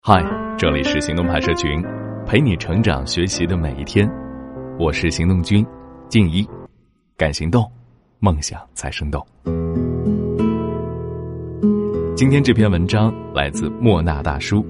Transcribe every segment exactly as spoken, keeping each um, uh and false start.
嗨，这里是行动派社群，陪你成长学习的每一天。我是行动君静一，敢行动，梦想才生动。今天这篇文章来自莫纳大叔。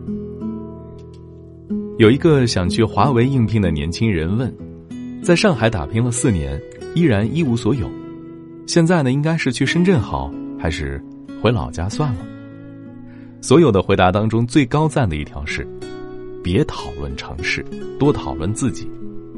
有一个想去华为应聘的年轻人问，在上海打拼了四年，依然一无所有，现在呢，应该是去深圳好，还是回老家算了？所有的回答当中最高赞的一条是，别讨论城市，多讨论自己。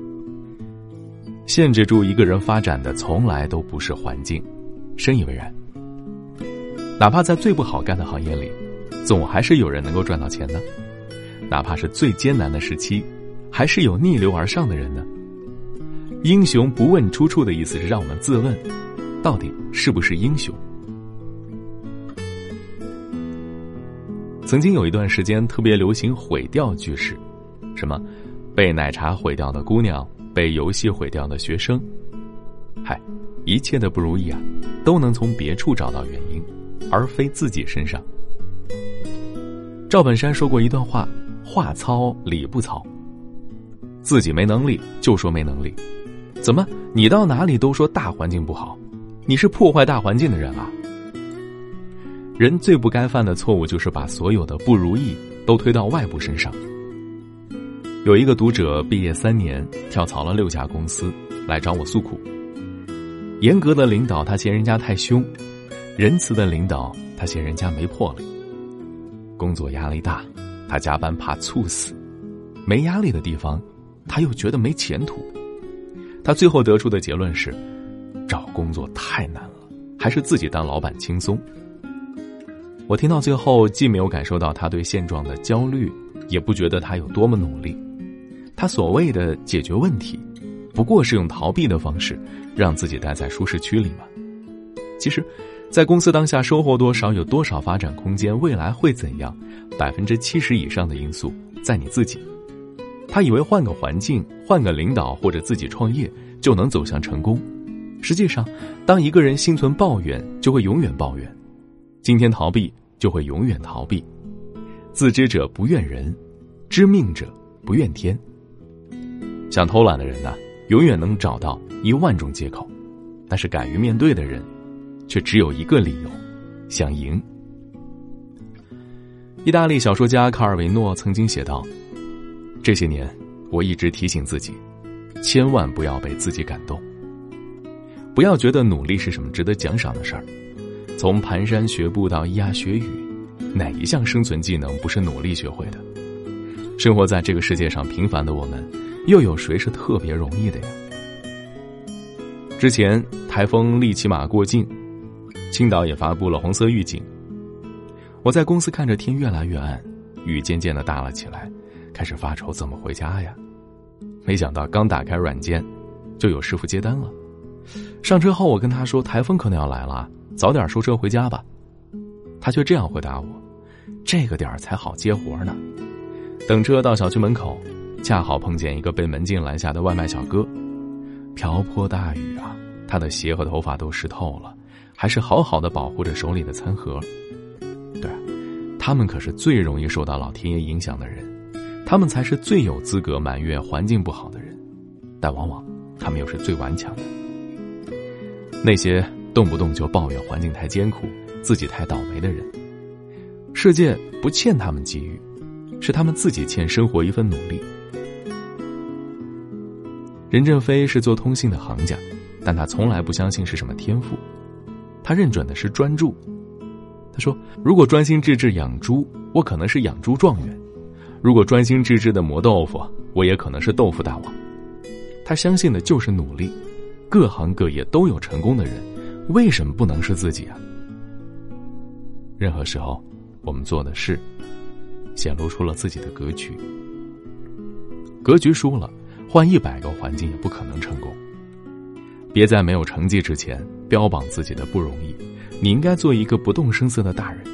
限制住一个人发展的从来都不是环境，深以为然。哪怕在最不好干的行业里，总还是有人能够赚到钱的。哪怕是最艰难的时期，还是有逆流而上的人呢。英雄不问出处的意思是让我们自问，到底是不是英雄？曾经有一段时间特别流行毁掉句式，什么被奶茶毁掉的姑娘，被游戏毁掉的学生。嗨，一切的不如意啊，都能从别处找到原因，而非自己身上。赵本山说过一段话，话糙理不糙。自己没能力就说没能力，怎么你到哪里都说大环境不好？你是破坏大环境的人啊！人最不该犯的错误就是把所有的不如意都推到外部身上。有一个读者毕业三年，跳槽了六家公司，来找我诉苦。严格的领导他嫌人家太凶，仁慈的领导他嫌人家没魄力。工作压力大，他加班怕猝死；没压力的地方，他又觉得没前途。他最后得出的结论是，找工作太难了，还是自己当老板轻松。我听到最后，既没有感受到他对现状的焦虑，也不觉得他有多么努力。他所谓的解决问题，不过是用逃避的方式让自己待在舒适区里嘛。其实在公司当下收获多少，有多少发展空间，未来会怎样，百分之七十以上的因素在你自己。他以为换个环境，换个领导或者自己创业就能走向成功。实际上，当一个人心存抱怨，就会永远抱怨。今天逃避，就会永远逃避。自知者不怨人，知命者不怨天。想偷懒的人呢、啊，永远能找到一万种借口，但是敢于面对的人，却只有一个理由，想赢。意大利小说家卡尔维诺曾经写道，这些年我一直提醒自己，千万不要被自己感动，不要觉得努力是什么值得奖赏的事儿。从蹒跚学步到咿呀学语，哪一项生存技能不是努力学会的？生活在这个世界上平凡的我们，又有谁是特别容易的呀？之前台风利奇马过境，青岛也发布了红色预警。我在公司看着天越来越暗，雨渐渐的大了起来，开始发愁怎么回家呀。没想到刚打开软件，就有师傅接单了。上车后我跟他说，台风可能要来了，早点收车回家吧。他却这样回答我，这个点儿才好接活呢。等车到小区门口，恰好碰见一个被门禁拦下的外卖小哥。瓢泼大雨啊，他的鞋和头发都湿透了，还是好好的保护着手里的餐盒。对啊，他们可是最容易受到老天爷影响的人，他们才是最有资格埋怨环境不好的人，但往往他们又是最顽强的。那些动不动就抱怨环境太艰苦，自己太倒霉的人，世界不欠他们机遇，是他们自己欠生活一份努力。任正非是做通信的行家，但他从来不相信是什么天赋，他认准的是专注。他说，如果专心致志养猪，我可能是养猪状元；如果专心致志的磨豆腐，我也可能是豆腐大王。他相信的就是努力，各行各业都有成功的人，为什么不能是自己啊？任何时候我们做的事显露出了自己的格局，格局输了，换一百个环境也不可能成功。别在没有成绩之前标榜自己的不容易，你应该做一个不动声色的大人。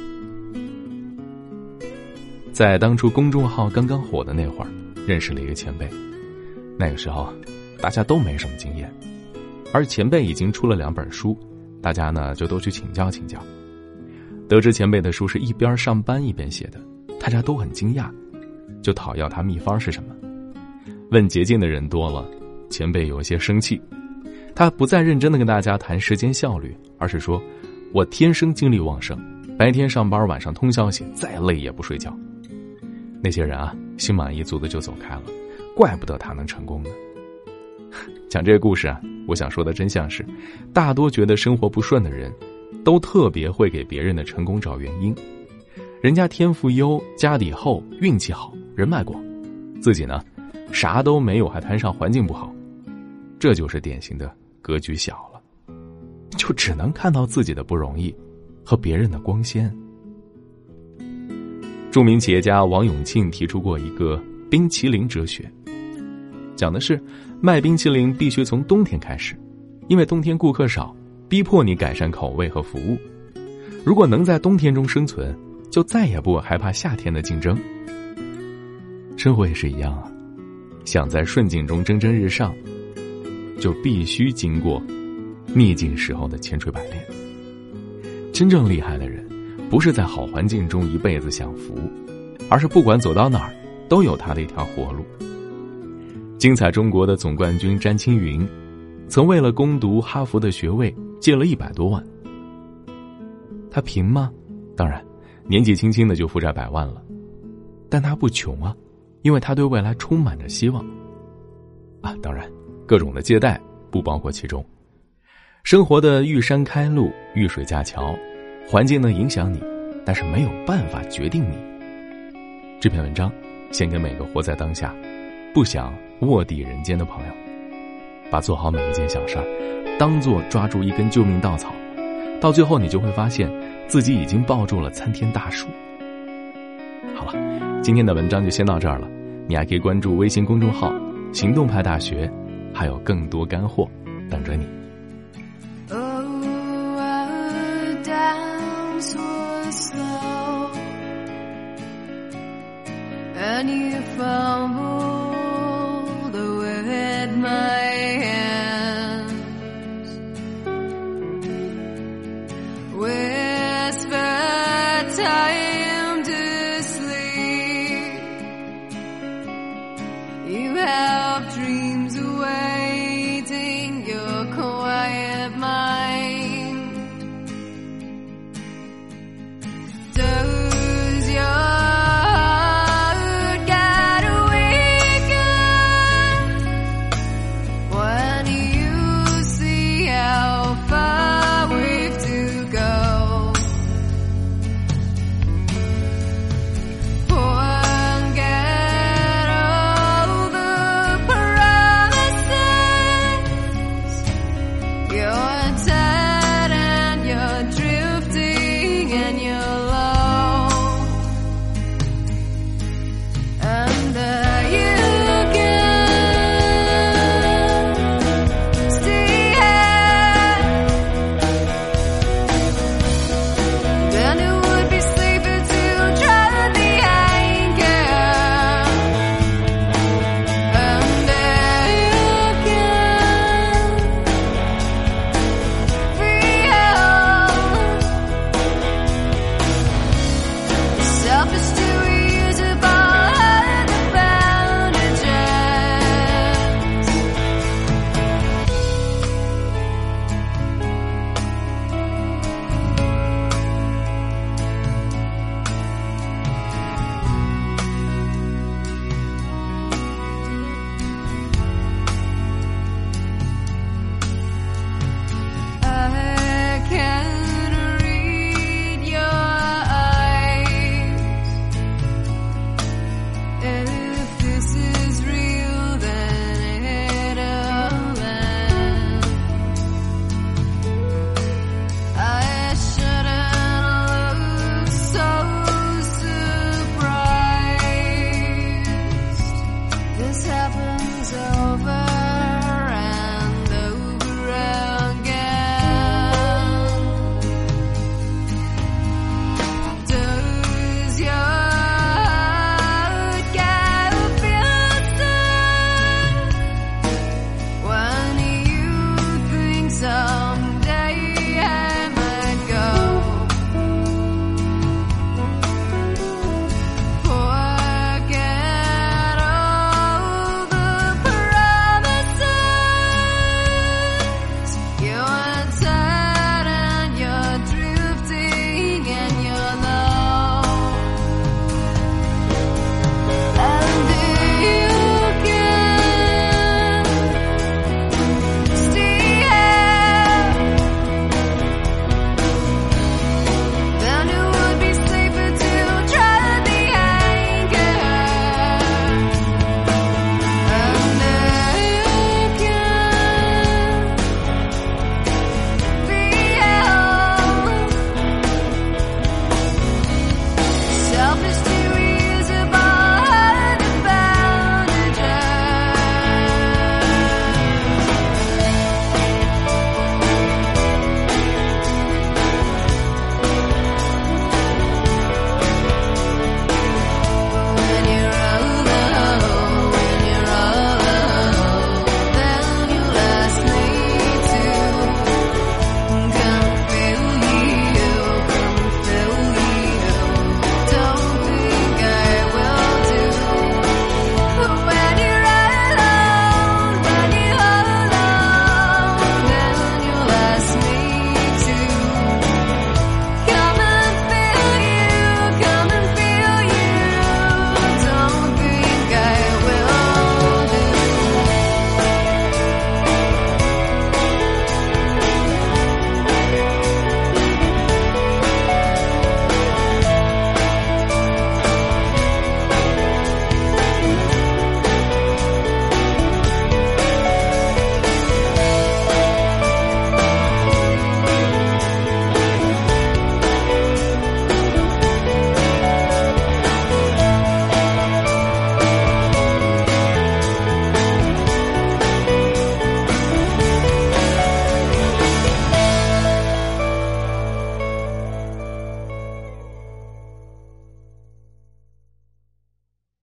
在当初公众号刚刚火的那会儿，认识了一个前辈，那个时候大家都没什么经验，而前辈已经出了两本书，大家呢就都去请教请教。得知前辈的书是一边上班一边写的， 大家都很惊讶，就讨要他秘方是什么。问捷径的人多了，前辈有一些生气，他不再认真地跟大家谈时间效率，而是说，我天生精力旺盛，白天上班，晚上通宵写，再累也不睡觉。那些人啊，心满意足的就走开了，怪不得他能成功呢。讲这个故事啊，我想说的真相是，大多觉得生活不顺的人，都特别会给别人的成功找原因。人家天赋优，家底厚，运气好，人脉广，自己呢，啥都没有，还摊上环境不好，这就是典型的格局小了，就只能看到自己的不容易和别人的光鲜。著名企业家王永庆提出过一个冰淇淋哲学，讲的是卖冰淇淋必须从冬天开始，因为冬天顾客少，逼迫你改善口味和服务。如果能在冬天中生存，就再也不害怕夏天的竞争。生活也是一样啊，想在顺境中蒸蒸日上，就必须经过逆境时候的千锤百炼。真正厉害的人，不是在好环境中一辈子享福，而是不管走到哪儿，都有他的一条活路。精彩中国的总冠军詹青云，曾为了攻读哈佛的学位，借了一百多万。他贫吗？当然，年纪轻轻的就负债百万了。但他不穷啊，因为他对未来充满着希望。啊，当然，各种的借贷不包括其中。生活的遇山开路，遇水架桥，环境能影响你，但是没有办法决定你。这篇文章献给每个活在当下，不想卧底人间的朋友，把做好每一件小事儿当作抓住一根救命稻草，到最后你就会发现自己已经抱住了参天大树。好了，今天的文章就先到这儿了，你还可以关注微信公众号行动派大学，还有更多干货等着你。 And you fumbled away at my